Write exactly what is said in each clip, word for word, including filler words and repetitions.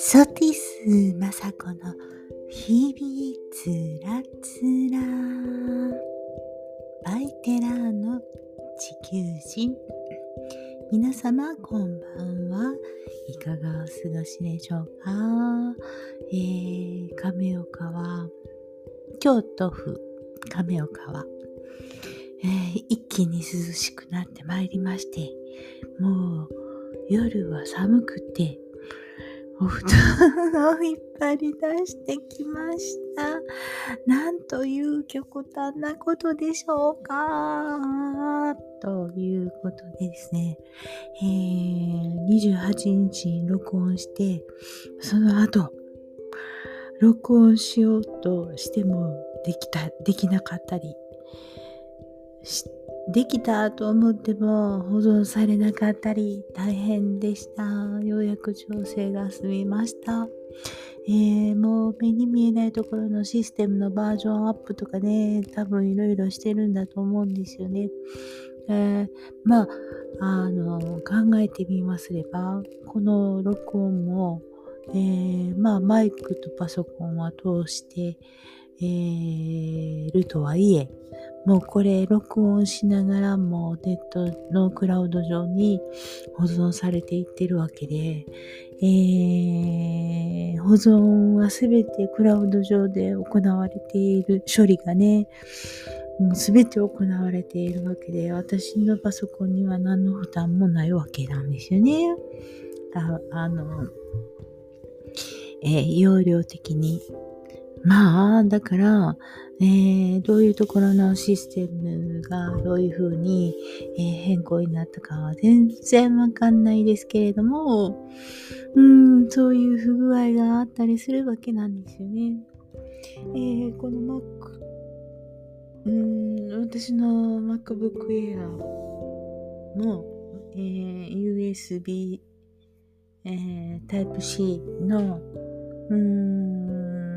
ソティスマサコの日々つらつらバイテラーの地球人、皆様こんばんは。いかがお過ごしでしょうか。えー、亀岡は京都府亀岡は、えー、一気に涼しくなってまいりまして、もう夜は寒くてお布団を引っ張り出してきました。なんという極端なことでしょうか。ということでですね、えー、にじゅうはちにちに録音して、その後録音しようとしてもできた、できなかったりしできたと思っても保存されなかったり大変でした。ようやく調整が済みました。えー、もう目に見えないところのシステムのバージョンアップとかね、多分いろいろしてるんだと思うんですよね。えー、まあ、あの、考えてみますれば、この録音も、えー、まあ、マイクとパソコンは通して、えー、るとはいえ、もうこれ録音しながらもネットのクラウド上に保存されていってるわけで、えー、保存はすべてクラウド上で行われている処理がね、もうすべて行われているわけで、私のパソコンには何の負担もないわけなんですよね。あ、あの、えー、容量的に。まあ、だから、えー、どういうところのシステムがどういうふうに、えー、変更になったかは全然わかんないですけれども、うーん、そういう不具合があったりするわけなんですよね。えー、この Mac、うーん、私の MacBook Air の、えー、ユーエスビー、えー、Type-C の、うーん、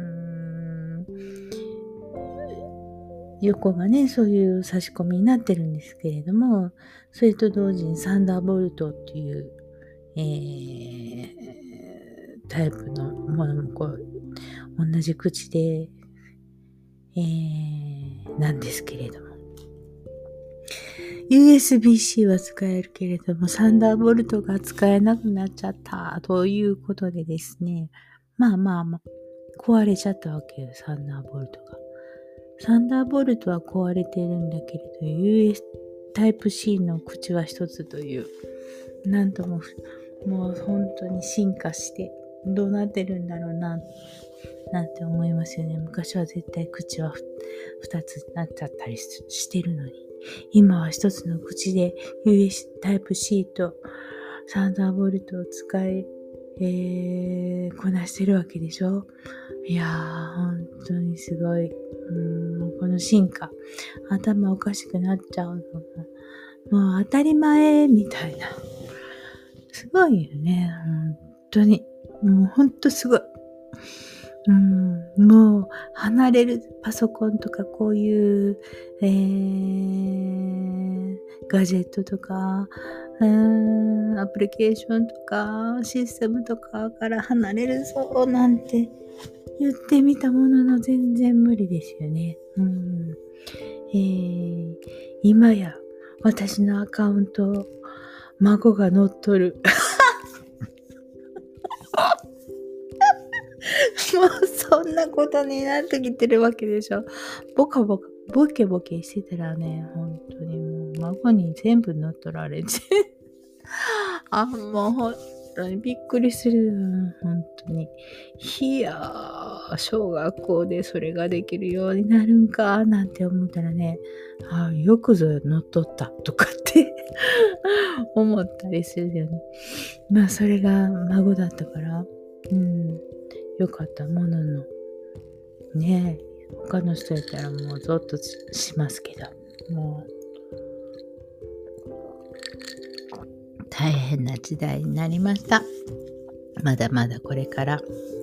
横がね、そういう差し込みになってるんですけれども、それと同時にサンダーボルトっていう、えー、タイプのものもこう、同じ口で、えー、なんですけれども。ユーエスビー-C は使えるけれども、サンダーボルトが使えなくなっちゃったということでですね、まあまあまあ、壊れちゃったわけよ、サンダーボルトが。サンダーボルトは壊れているんだけれど、ユーエス タイプ C の口は一つという、なんとも、もう本当に進化して、どうなってるんだろうな、なんて思いますよね。昔は絶対口は二つになっちゃったりしてるのに、今は一つの口で ユーエス タイプ C とサンダーボルトを使い、えー、こなしてるわけでしょ。いやー、本当にすごい。うーん、この進化、頭おかしくなっちゃうのが、もう当たり前みたいな。すごいよね、本当に。もう本当すごい。うん、もう離れるパソコンとかこういう、えー、ガジェットとか、えー、アプリケーションとかシステムとかから離れるぞなんて言ってみたものの全然無理ですよね。うん、えー、今や私のアカウント孫が乗っ取る。もうそんなことになってきてるわけでしょ。ボカボカ、ボケボケしてたらね、本当にもう孫に全部乗っ取られて。あ、もう本当にびっくりする。本当に。いやー、小学校でそれができるようになるんか、なんて思ったらね、あ、よくぞ乗っ取ったとかって思ったりするよね。まあそれが孫だったから、うん。よかったもののねえ、他の人やったらもうゾッとしますけど、もう大変な時代になりました。まだまだこれから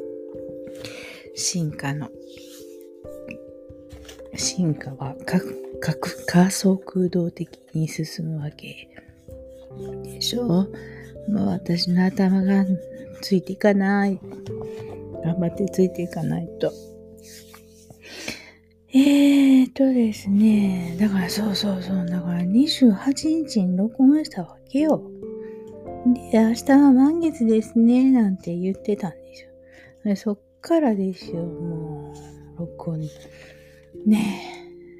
進化の進化は加速度的に進むわけでしょ。もう私の頭がついていかない。頑張ってついていかないと。えーっとですね。だからそうそうそう。だからにじゅうはちにちに録音したわけよ。で、明日は満月ですね。なんて言ってたんですよ。でそっからですよ。もう、録音。ね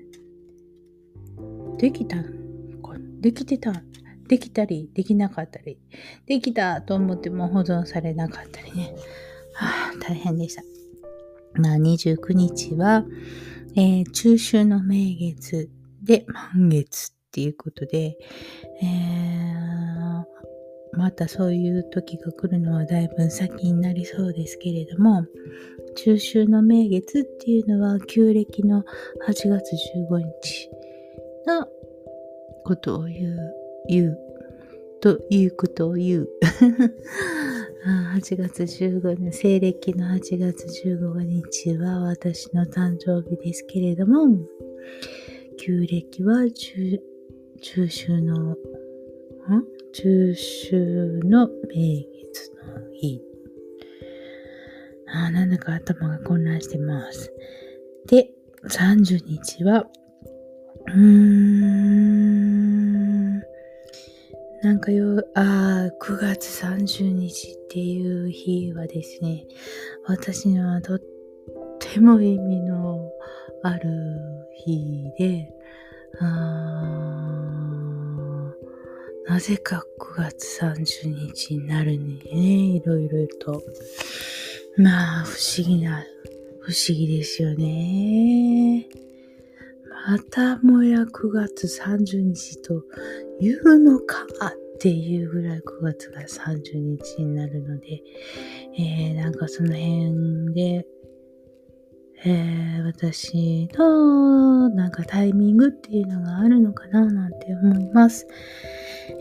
え。できたできてたできたり、できなかったり。できたと思っても保存されなかったりね。はあ、大変でした。まあ、にじゅうくにちは、えー、中秋の名月で満月っていうことで、えー、またそういう時が来るのはだいぶ先になりそうですけれども、中秋の名月っていうのは旧暦のはちがつじゅうごにちのことを言う、言う、ということを言う。はちがつじゅうごにち、西暦のはちがつじゅうごにちは私の誕生日ですけれども、旧暦は中、中秋の、ん中秋の名月の日。あ、なんだか頭が混乱してます。で、さんじゅうにちは、うーん、なんかよ、あー、くがつさんじゅうにちっていう日はですね、私にはとっても意味のある日で、あー、なぜかくがつさんじゅうにちになるね、いろいろと。まあ、不思議な、不思議ですよね。またもやくがつさんじゅうにちと言うのかっていうぐらいくがつがさんじゅうにちになるので、えー、なんかその辺で、えー、私のなんかタイミングっていうのがあるのかななんて思います。え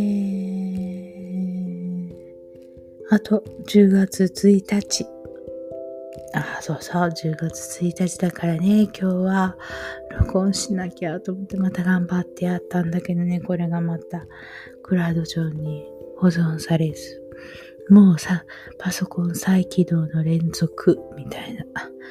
ー、あとじゅうがつついたち。あ、そうそう、じゅうがつついたちだからね、今日は録音しなきゃと思ってまた頑張ってやったんだけどね、これがまたクラウド上に保存されず、もうさ、パソコン再起動の連続みたいな。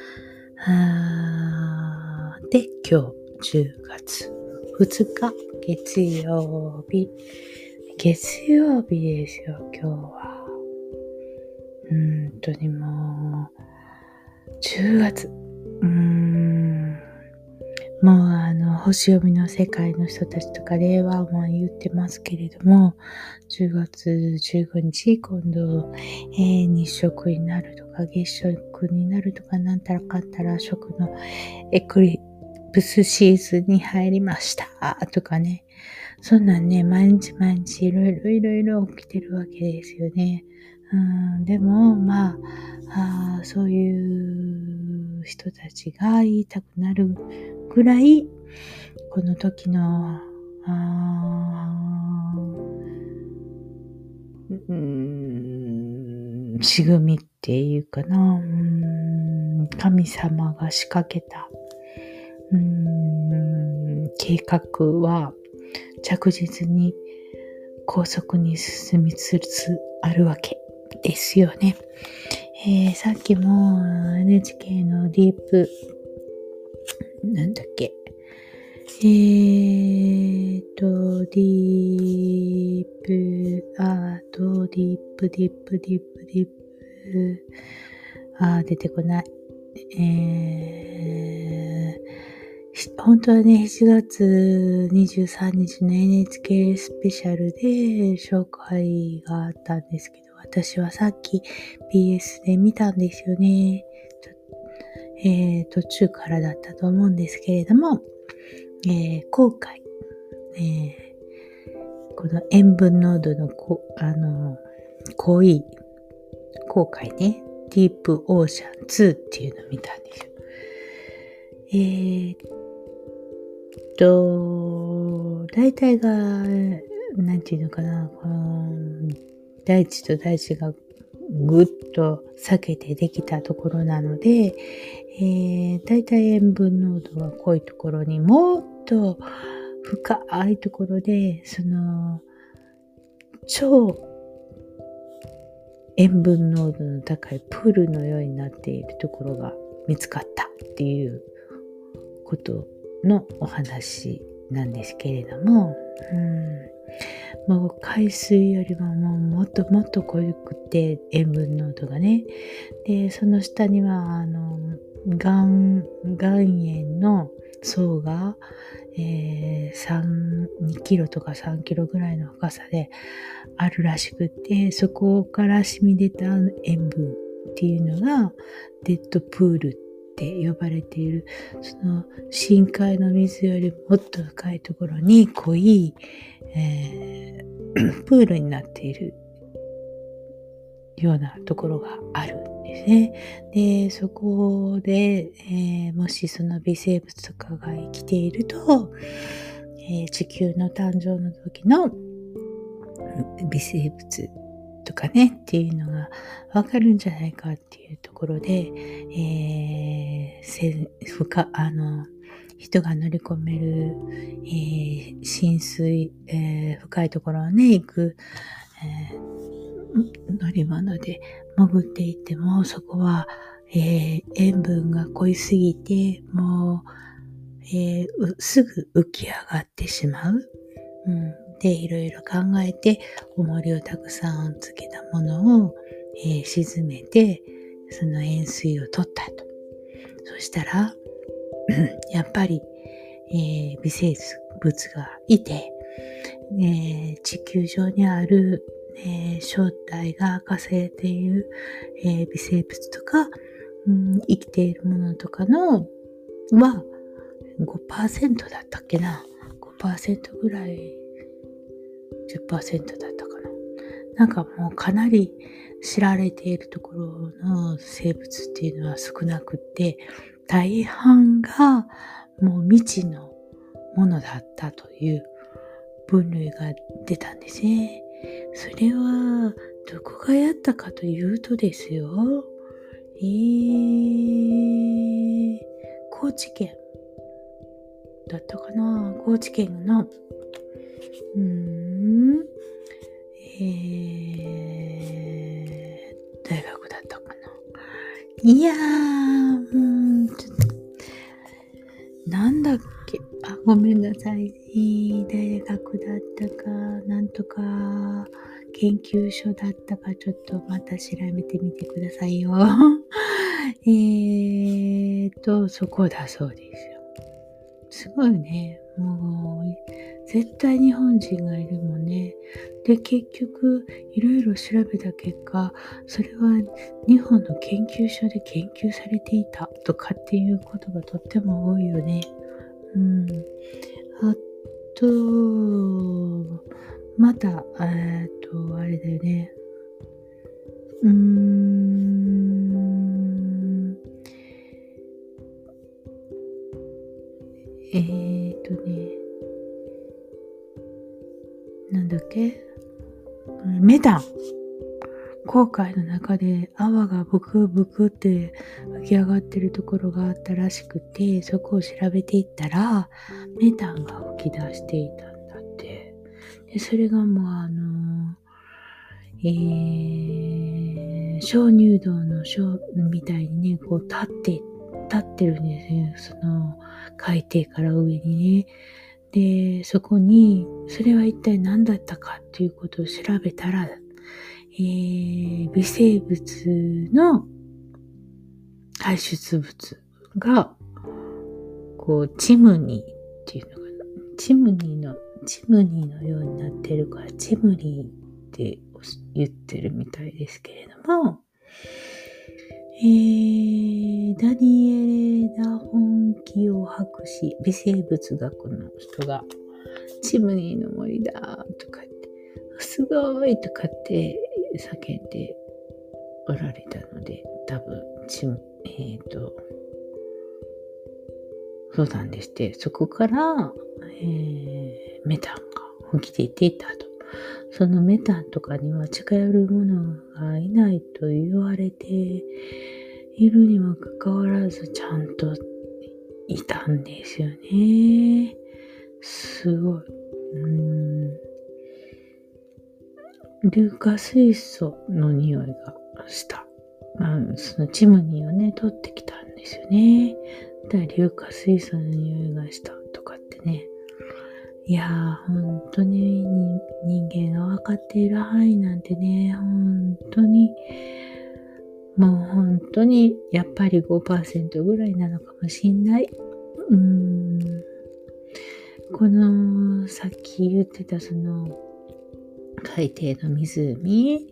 あーで、今日じゅうがつふつか月曜日。月曜日ですよ、今日は。うーんとにもう、じゅうがつ。うーん。もうあの、星読みの世界の人たちとか令和は言ってますけれども、じゅうがつじゅうごにち、今度、えー、日食になるとか、月食になるとか、なんたらかんたら食のエクリプスシーズンに入りましたとかね。そんなんね、毎日毎日いろいろいろいろ起きてるわけですよね。うん、でも、まあ、あそういう人たちが言いたくなるぐらい、この時の、あうーん、仕組みっていうかな、うーん、神様が仕掛けた、うーん、計画は着実に高速に進みつつあるわけですよね。えー、さっきも エヌエイチケー のディープなんだっけえーとディープアートディープディープディープディープあー出てこないえー本当はね、しちがつにじゅうさんにちの エヌエイチケー スペシャルで紹介があったんですけど、私はさっき ビーエス で見たんですよね。えー、途中からだったと思うんですけれども、えー、後悔、えー、この塩分濃度のこあの濃い後悔ね、ディープオーシャンツーっていうのを見たんですよ。えーと、大体が、なんていうのかな、この大地と大地がぐっと避けてできたところなので、えー、大体塩分濃度が濃いところにもっと深いところで、その、超塩分濃度の高いプールのようになっているところが見つかったっていうことのお話なんですけれども、うん、もう海水よりももうもっともっと濃くて塩分濃度がね、でその下にはあの岩岩塩の層が、えー、さん、にキロとかさんキロぐらいの深さであるらしくて、そこから染み出た塩分っていうのがデッドプールって呼ばれている、その深海の水よりもっと深いところに濃い、えー、プールになっているようなところがあるんですね。で、そこで、えー、もしその微生物とかが生きていると、えー、地球の誕生の時の微生物とかねっていうのがわかるんじゃないかっていうところで、えー、せ深あの人が乗り込める、えー、浸水、えー、深いところをね行く、えー、乗り物で潜っていっても、そこは、えー、塩分が濃いすぎてもう、えー、すぐ浮き上がってしまう。うん、でいろいろ考えて重りをたくさんつけたものを、えー、沈めてその塩水を取ったと。そしたらやっぱり、えー、微生物がいて、えー、地球上にある、えー、正体が明かされている、えー、微生物とか、うん、生きているものとかのは ごパーセント だったっけな ?ごパーセント ぐらい、じゅっパーセント だったかな。なんかもうかなり知られているところの生物っていうのは少なくって、大半がもう未知のものだったという分類が出たんですね。それはどこがやったかというとですよ、えー、高知県だったかな。高知県のうーん、えー、大学だったかな。いやー、うーん、ちょっとなんだっけ、あ、ごめんなさい。大学だったか、なんとか研究所だったか、ちょっとまた調べてみてくださいよ。えーと、そこだそうですよ。すごいね。もう、絶対日本人がいるもんね。で、結局、いろいろ調べた結果、それは日本の研究所で研究されていたとかっていうことがとっても多いよね。うん。あと、また、えっと、あれだよね。うーん。えーっとね。なんだっけ？メタン。航海の中で泡がブクブクって浮き上がってるところがあったらしくて、そこを調べていったら、メタンが吹き出していたんだって。で、それがもうあの、えー、鍾乳洞の小みたいにね、こう立って、立ってるんですよ。その海底から上にね。で、そこに、それは一体何だったかっていうことを調べたら、えー、微生物の排出物が、こう、チムニーっていうのかな。チムニーの、チムニーのようになってるから、チムニーって言ってるみたいですけれども、えー、ダニエレ・ダ・ホンキオ博士、微生物学の人が、チムニーの森だとか言って、すごいとかって叫んでおられたので、多分、チム、えっと、そうなんですって、そこから、えー、メタンが吹き出ていたと。そのメタンとかには近寄るものがいないと言われているにもかかわらず、ちゃんといたんですよね。すごい。うーん硫化水素の匂いがした。まあ、そのチムニーをね、取ってきたんですよね。だから硫化水素の匂いがしたとかってね。いやー、本当に人間が分かっている範囲なんてね、本当に、もう本当にやっぱり ごパーセント ぐらいなのかもしんない。うーん。この、さっき言ってたその、海底の湖、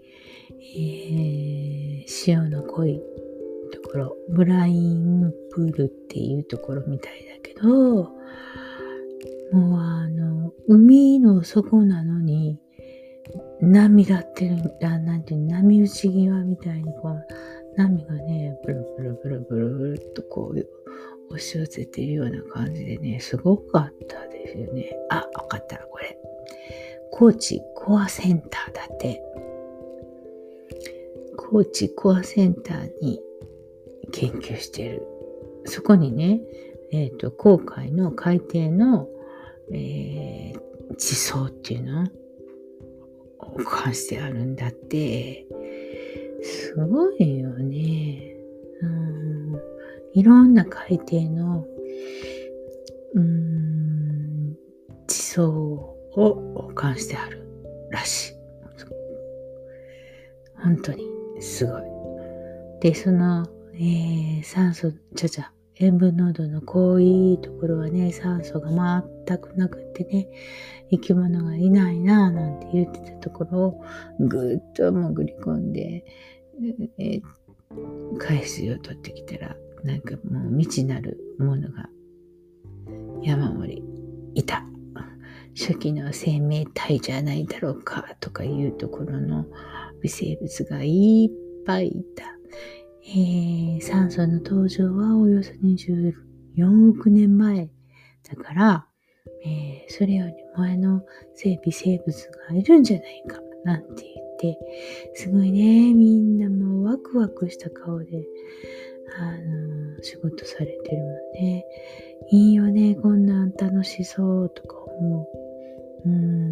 えー、潮の濃いところ、ブラインプールっていうところみたいだけど、もうあの、海の底なのに、波立ってる、あ、なんていうの、波打ち際みたいにこう、波がね、ブルブルブルブルブルっとこう、押し寄せているような感じでね、すごかったですよね。あ、わかった、これ。高知コアセンターだって。高知コアセンターに研究している。そこにね、えっと、航海の海底の、えー、地層っていうのを保管してあるんだって。すごいよね。うん、いろんな海底の、うーん、地層を保管してあるらしい。本当にすごい。で、その、えー、酸素、ちゃちゃ、塩分濃度の濃いところはね、酸素が全くなくってね、生き物がいないなぁなんて言ってたところをぐーっと潜り込んで、えー、海水を取ってきたら、なんかもう未知なるものが山盛りいた。初期の生命体じゃないだろうかとかいうところの微生物がいっぱいいた。えー、酸素の登場はおよそにじゅうよんおくねんまえだから、えー、それより前の微生物がいるんじゃないかなんて言って、すごいね、みんなもうワクワクした顔で、あのー、仕事されてるもんね。いいよね、こんなん楽しそうとか思う。うん。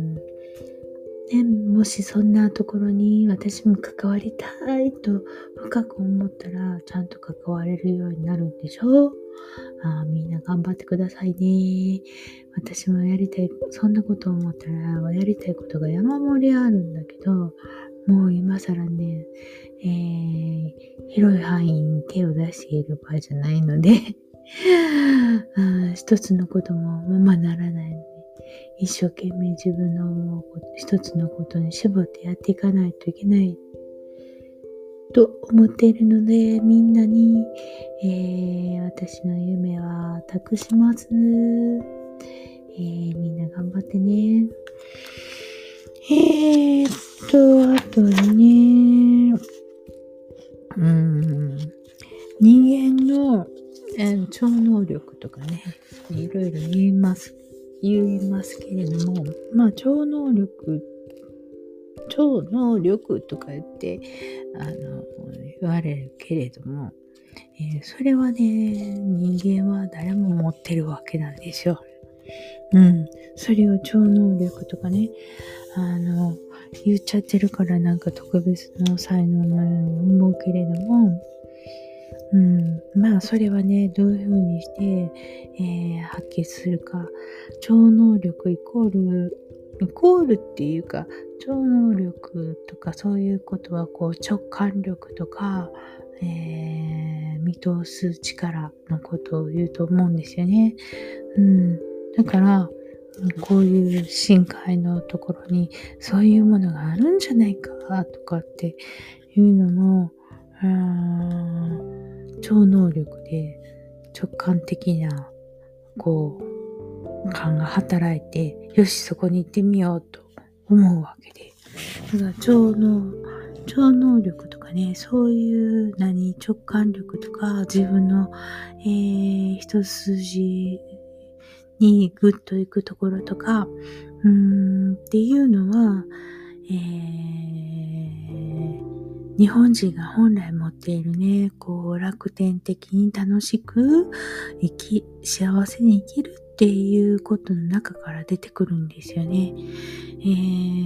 ね、もしそんなところに私も関わりたいと深く思ったら、ちゃんと関われるようになるんでしょ？あ、みんな頑張ってくださいね。私もやりたい、そんなこと思ったら、やりたいことが山盛りあるんだけど、もう今更ね、えー、広い範囲に手を出している場合じゃないので、あ、一つのこともままならないので、一生懸命自分の思うこと一つのことに絞ってやっていかないといけないと思っているので、みんなに、えー、私の夢は託します、えー、みんな頑張ってね。えー、っとあとね、うーん人間の、えー、超能力とかね、いろいろ言います言いますけれども、まあ超能力超能力とか言ってあの言われるけれども、えー、それはね、人間は誰も持ってるわけなんですよ。うん。それを超能力とかね、あの言っちゃってるからなんか特別な才能のように思うけれども、うん、まあそれはね、どういうふうにして、えー、発揮するか。超能力イコールイコールっていうか、超能力とかそういうことはこう直感力とか、えー、見通す力のことを言うと思うんですよね。うん、だからこういう深海のところにそういうものがあるんじゃないかとかっていうのも、あ超能力で直感的なこう感が働いて、よしそこに行ってみようと思うわけで、だから超能超能力とかね、そういう何直感力とか自分の、えー、一筋にグッと行くところとかうーんっていうのは、えー日本人が本来持っているね、こう楽天的に楽しく生き、幸せに生きるっていうことの中から出てくるんですよね。えー、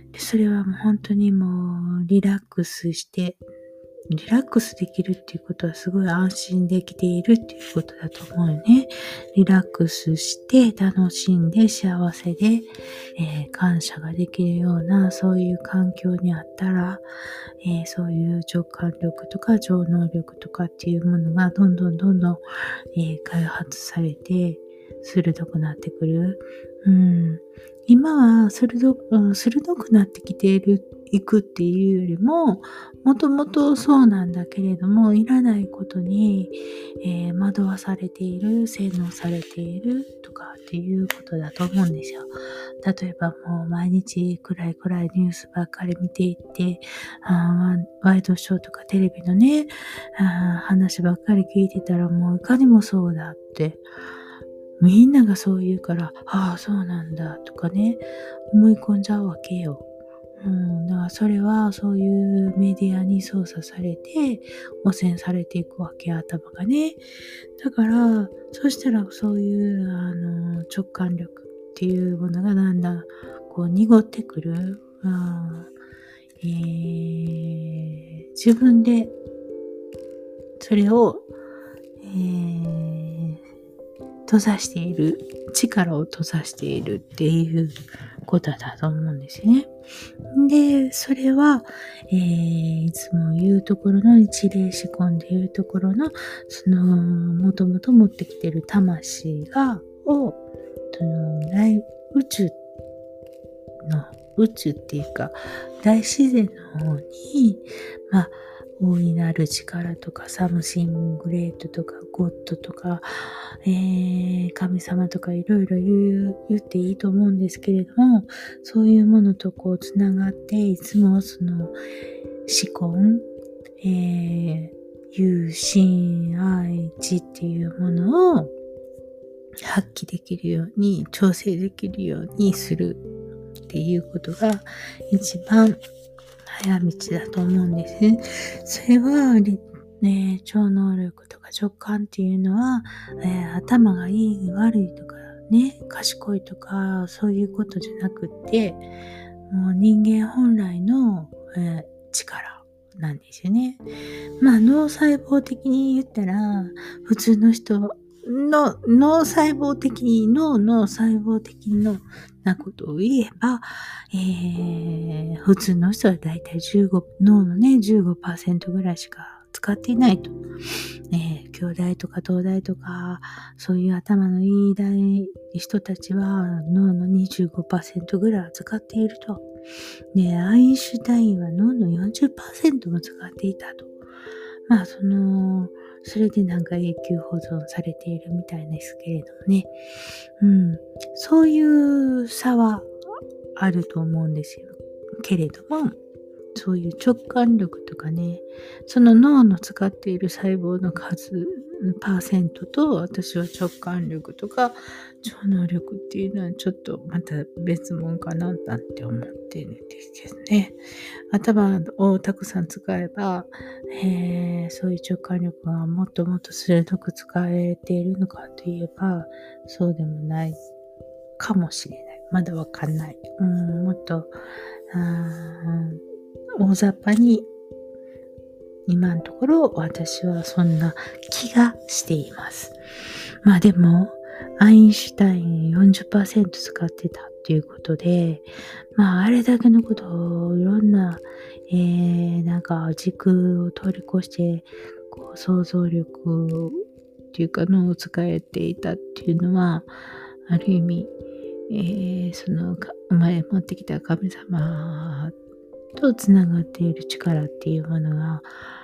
でそれはもう本当にもうリラックスして、リラックスできるっていうことはすごい安心できているっていうことだと思うよね。リラックスして楽しんで幸せで、えー感謝ができるようなそういう環境にあったら、えーそういう直感力とか超能力とかっていうものがどんどんどんどん、えー開発されて鋭くなってくる。うん、今は鋭く、うん鋭くなってきている、いくっていうよりも、もともとそうなんだけれども、いらないことに、えー惑わされている、洗脳されているとかっていうことだと思うんですよ。例えばもう毎日暗い暗いニュースばっかり見ていって、あーワイドショーとかテレビのね、あー話ばっかり聞いてたらもういかにもそうだって、みんながそう言うから、ああ、そうなんだとかね、思い込んじゃうわけよ。うん、だからそれはそういうメディアに操作されて汚染されていくわけ、頭がね。だからそしたらそういうあの直感力っていうものがだんだんこう濁ってくる。あーえー自分でそれを、えー閉ざしている、力を閉ざしているっていうことだと思うんですよね。で、それは、えー、いつも言うところの一例仕込んで言うところの、その、もともと持ってきてる魂が、を、その、大宇宙の、宇宙っていうか、大自然の方に、まあ、大いなる力とか、サムシングレートとか、ゴッドとか、えー、神様とかいろいろ言う、言っていいと思うんですけれども、そういうものとこうつながって、いつもその思考、えー、有心愛知っていうものを発揮できるように、調整できるようにするっていうことが一番早道だと思うんです。それは、ね、超能力とか直感っていうのは、えー頭がいい悪いとかね、賢いとかそういうことじゃなくって、もう人間本来の、えー力なんですよね。まあ脳細胞的に言ったら普通の人の脳細胞的に脳脳細胞的のなことを言えば、えー、普通の人はだいたいじゅうご、脳のね、じゅうごパーセントぐらいしか使っていないと。えー、兄弟とか東大とか、そういう頭のいい大人たちは脳のにじゅうごパーセントぐらいは使っていると。で、アインシュタインは脳の よんじゅっパーセント も使っていたと。まあ、その、それでなんか永久保存されているみたいですけれどもね。うん。そういう差はあると思うんですよ。けれども、そういう直感力とかね、その脳の使っている細胞の数、パーセントと私は直感力とか超能力っていうのはちょっとまた別物かななんて思ってるんですけどね。頭をたくさん使えば、えーそういう直感力がもっともっと鋭く使えているのかといえば、そうでもないかもしれない。まだわかんない。うん、もっと、あー大雑把に今のところ私はそんな気がしています。まあでも、アインシュタイン よんじゅっパーセント 使ってたっていうことで、まああれだけのことをいろんな、えー、なんか時空を通り越して、こう想像力っていうか脳を使えていたっていうのは、ある意味、えー、そのか前持ってきた神様とつながっている力っていうものが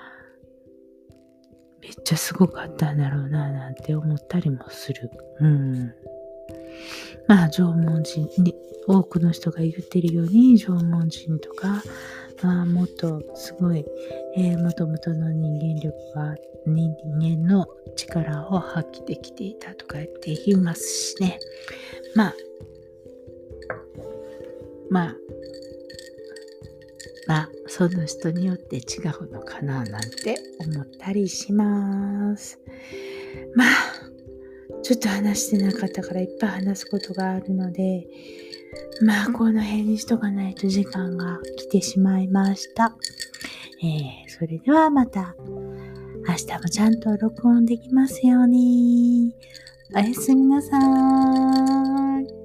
めっちゃすごかったんだろうななんて思ったりもする。うん。まあ縄文人に多くの人が言ってるように縄文人とか、まあ、もっとすごい、えー、元々の人間力が人間の力を発揮できていたとか言って言いますしね。まあまあまあ、その人によって違うのかななんて思ったりします。まあ、ちょっと話してなかったからいっぱい話すことがあるので、 まあ、この辺にしとかないと時間が来てしまいました。えー、それではまた、明日もちゃんと録音できますように。おやすみなさーい。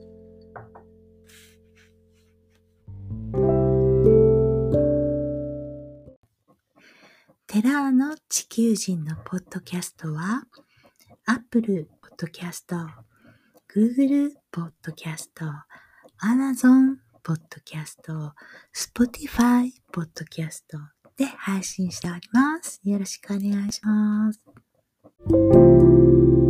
テラーの地球人のポッドキャストは、Apple Podcast、Google Podcast、Amazon Podcast、Spotify Podcast で配信しております。よろしくお願いします。